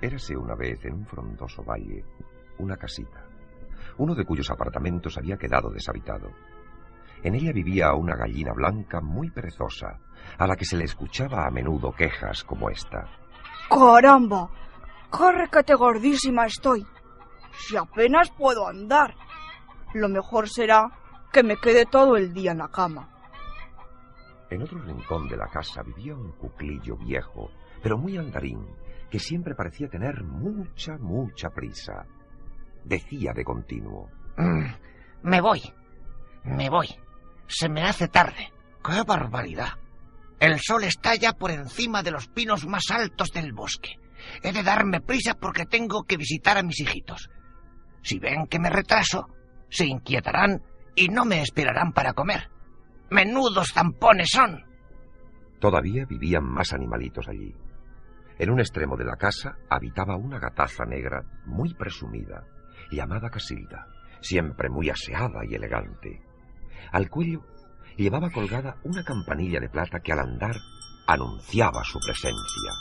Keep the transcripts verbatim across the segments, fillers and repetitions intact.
Érase una vez en un frondoso valle una casita, uno de cuyos apartamentos había quedado deshabitado. En ella vivía una gallina blanca muy perezosa, a la que se le escuchaba a menudo quejas como esta. ¡Caramba! ¡Qué requete gordísima estoy! Si apenas puedo andar. Lo mejor será que me quede todo el día en la cama. En otro rincón de la casa vivía un cuclillo viejo, pero muy andarín, que siempre parecía tener mucha, mucha prisa. Decía de continuo: mm, Me voy, me voy. Se me hace tarde. ¡Qué barbaridad! El sol está ya por encima de los pinos más altos del bosque. He de darme prisa porque tengo que visitar a mis hijitos. Si ven que me retraso, se inquietarán y no me esperarán para comer. ¡Menudos zampones son! Todavía vivían más animalitos allí. En un extremo de la casa habitaba una gataza negra muy presumida, llamada Casilda, siempre muy aseada y elegante. Al cuello llevaba colgada una campanilla de plata que al andar anunciaba su presencia.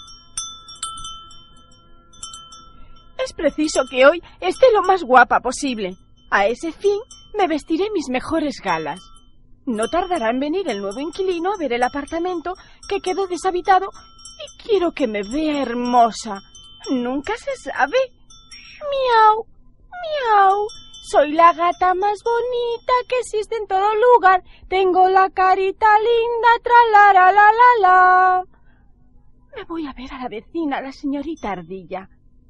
Es preciso que hoy esté lo más guapa posible. A ese fin me vestiré mis mejores galas. No tardará en venir el nuevo inquilino a ver el apartamento que quedó deshabitado y quiero que me vea hermosa. Nunca se sabe. Miau, miau. Soy la gata más bonita que existe en todo lugar. Tengo la carita linda, tralara la la la. Me voy a ver a la vecina, la señorita Ardilla.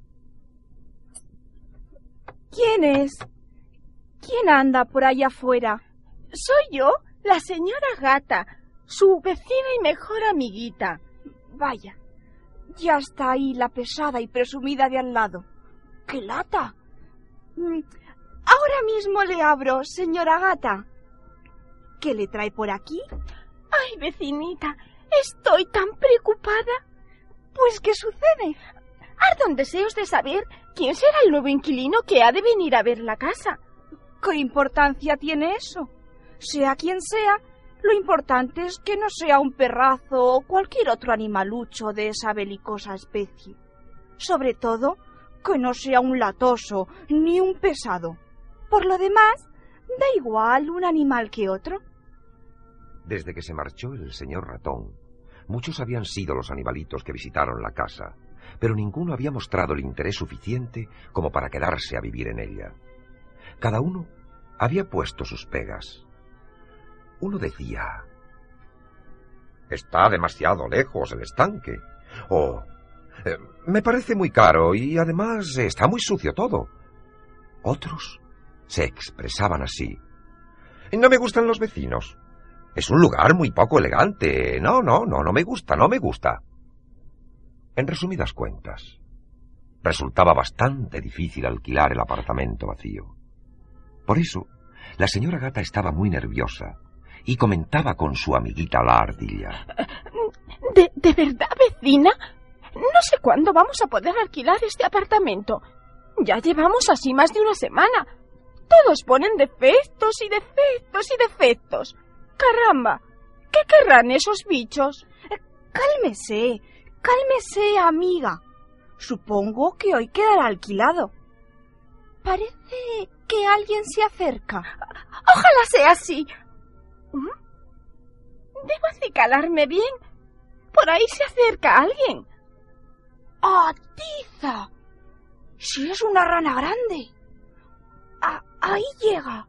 ¿Quién es? ¿Quién anda por allá afuera? Soy yo, la señora Gata, su vecina y mejor amiguita. Vaya, ya está ahí la pesada y presumida de al lado. ¡Qué lata! Ahora mismo le abro, señora Gata. ¿Qué le trae por aquí? Ay, vecinita, estoy tan preocupada. Pues, ¿qué sucede? Ardo en deseos de saber quién será el nuevo inquilino que ha de venir a ver la casa. ¿Qué importancia tiene eso? Sea quien sea, lo importante es que no sea un perrazo o cualquier otro animalucho de esa belicosa especie. Sobre todo, que no sea un latoso ni un pesado. Por lo demás, da igual un animal que otro. Desde que se marchó el señor Ratón, muchos habían sido los animalitos que visitaron la casa, pero ninguno había mostrado el interés suficiente como para quedarse a vivir en ella. Cada uno había puesto sus pegas. Uno decía: está demasiado lejos el estanque. O eh, me parece muy caro y además está muy sucio todo. Otros se expresaban así: no me gustan los vecinos. Es un lugar muy poco elegante. No, no, no, no me gusta, no me gusta. En resumidas cuentas, resultaba bastante difícil alquilar el apartamento vacío. Por eso, la señora Gata estaba muy nerviosa y comentaba con su amiguita la Ardilla: ¿De, de verdad, vecina? No sé cuándo vamos a poder alquilar este apartamento. Ya llevamos así más de una semana. Todos ponen defectos y defectos y defectos. ¡Caramba! ¿Qué querrán esos bichos? Cálmese, cálmese, amiga. Supongo que hoy quedará alquilado. Parece que alguien se acerca. Ojalá sea así. Debo acicalarme bien. Por ahí se acerca alguien. ¡Atiza! Si es una rana grande. Ah, ahí llega.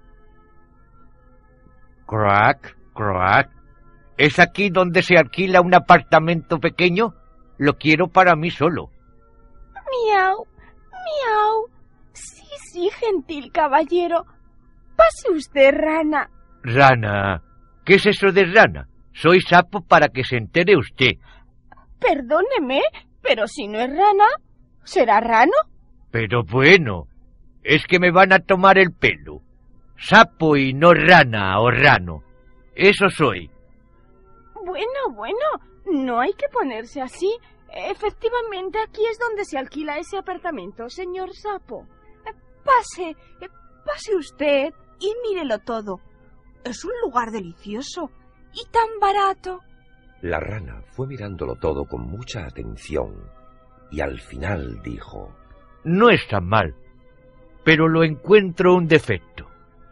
Croac, croac. ¿Es aquí donde se alquila un apartamento pequeño? Lo quiero para mí solo. Miau, miau. Sí, sí, gentil caballero. Pase usted, rana. Rana. ¿Qué es eso de rana? Soy sapo para que se entere usted. Perdóneme, pero si no es rana, ¿será rano? Pero bueno, es que me van a tomar el pelo. Sapo y no rana o rano. Eso soy. Bueno, bueno, no hay que ponerse así. Efectivamente, aquí es donde se alquila ese apartamento, señor Sapo. Pase, pase usted y mírelo todo. Es un lugar delicioso y tan barato. La rana fue mirándolo todo con mucha atención y al final dijo: No está mal, pero lo encuentro un defecto.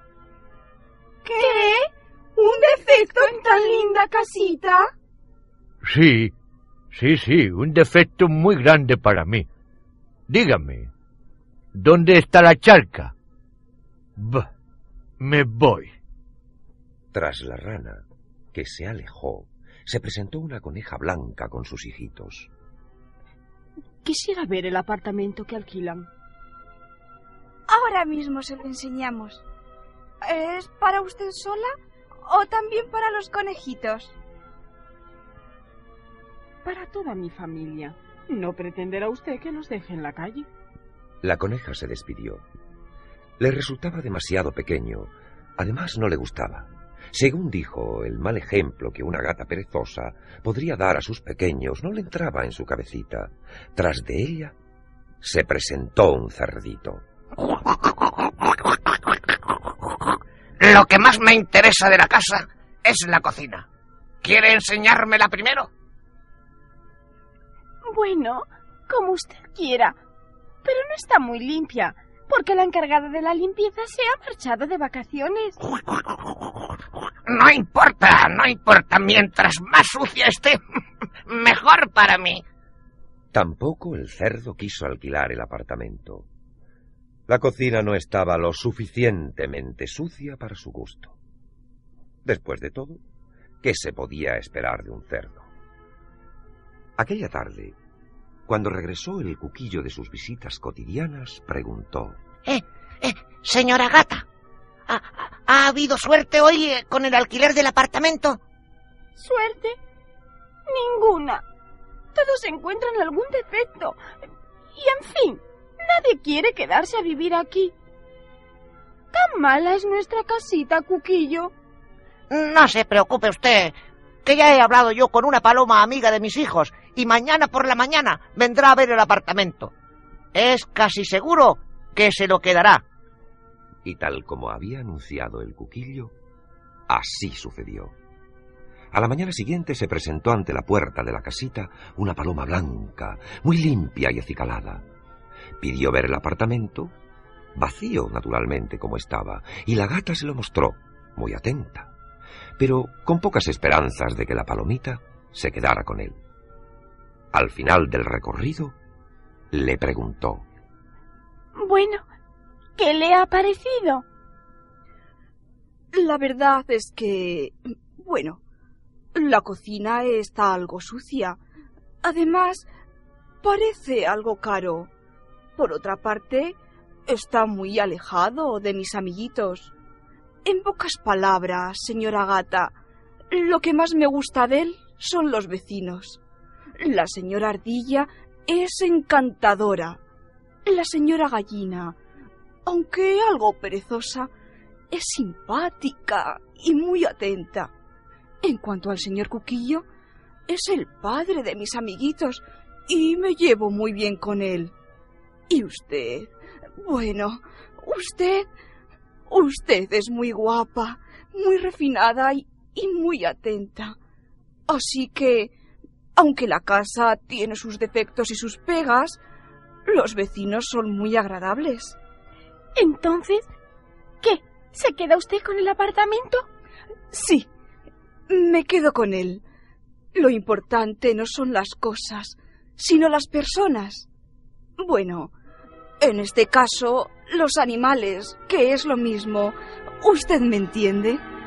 ¿Qué? ¿Un defecto en tan linda casita? Sí, sí, sí, un defecto muy grande para mí. Dígame, ¿dónde está la charca? Bah, me voy. Tras la rana, que se alejó, se presentó una coneja blanca con sus hijitos. Quisiera ver el apartamento que alquilan. Ahora mismo se lo enseñamos. ¿Es para usted sola o también para los conejitos? Para toda mi familia. No pretenderá usted que nos deje en la calle. La coneja se despidió. Le resultaba demasiado pequeño. Además, no le gustaba. Según dijo, el mal ejemplo que una gata perezosa podría dar a sus pequeños no le entraba en su cabecita. Tras de ella, se presentó un cerdito. Lo que más me interesa de la casa es la cocina. ¿Quiere enseñármela primero? Bueno, como usted quiera, pero no está muy limpia, porque la encargada de la limpieza se ha marchado de vacaciones. No importa, no importa. Mientras más sucia esté, mejor para mí. Tampoco el cerdo quiso alquilar el apartamento. La cocina no estaba lo suficientemente sucia para su gusto. Después de todo, ¿qué se podía esperar de un cerdo? Aquella tarde, cuando regresó el cuquillo de sus visitas cotidianas, preguntó: Eh, eh, señora gata, ¿ha, ha habido suerte hoy eh, con el alquiler del apartamento? ¿Suerte? Ninguna. Todos encuentran algún defecto. Y en fin, nadie quiere quedarse a vivir aquí. ¿Tan mala es nuestra casita, cuquillo? No se preocupe usted, que ya he hablado yo con una paloma amiga de mis hijos y mañana por la mañana vendrá a ver el apartamento. Es casi seguro que se lo quedará. Y tal como había anunciado el cuquillo, así sucedió. A la mañana siguiente se presentó ante la puerta de la casita una paloma blanca, muy limpia y acicalada. Pidió ver el apartamento, vacío naturalmente como estaba, y la gata se lo mostró, muy atenta, pero con pocas esperanzas de que la palomita se quedara con él. Al final del recorrido, le preguntó: Bueno, ¿qué le ha parecido? La verdad es que... bueno, la cocina está algo sucia. Además, parece algo caro. Por otra parte, está muy alejado de mis amiguitos. En pocas palabras, señora gata, lo que más me gusta de él son los vecinos. La señora ardilla es encantadora. La señora gallina, aunque algo perezosa, es simpática y muy atenta. En cuanto al señor cuquillo, es el padre de mis amiguitos y me llevo muy bien con él. Y usted, bueno, usted, usted es muy guapa, muy refinada y, y muy atenta. Así que, aunque la casa tiene sus defectos y sus pegas, los vecinos son muy agradables. Entonces, ¿qué? ¿Se queda usted con el apartamento? Sí, me quedo con él. Lo importante no son las cosas, sino las personas. Bueno, en este caso, los animales, que es lo mismo. ¿Usted me entiende?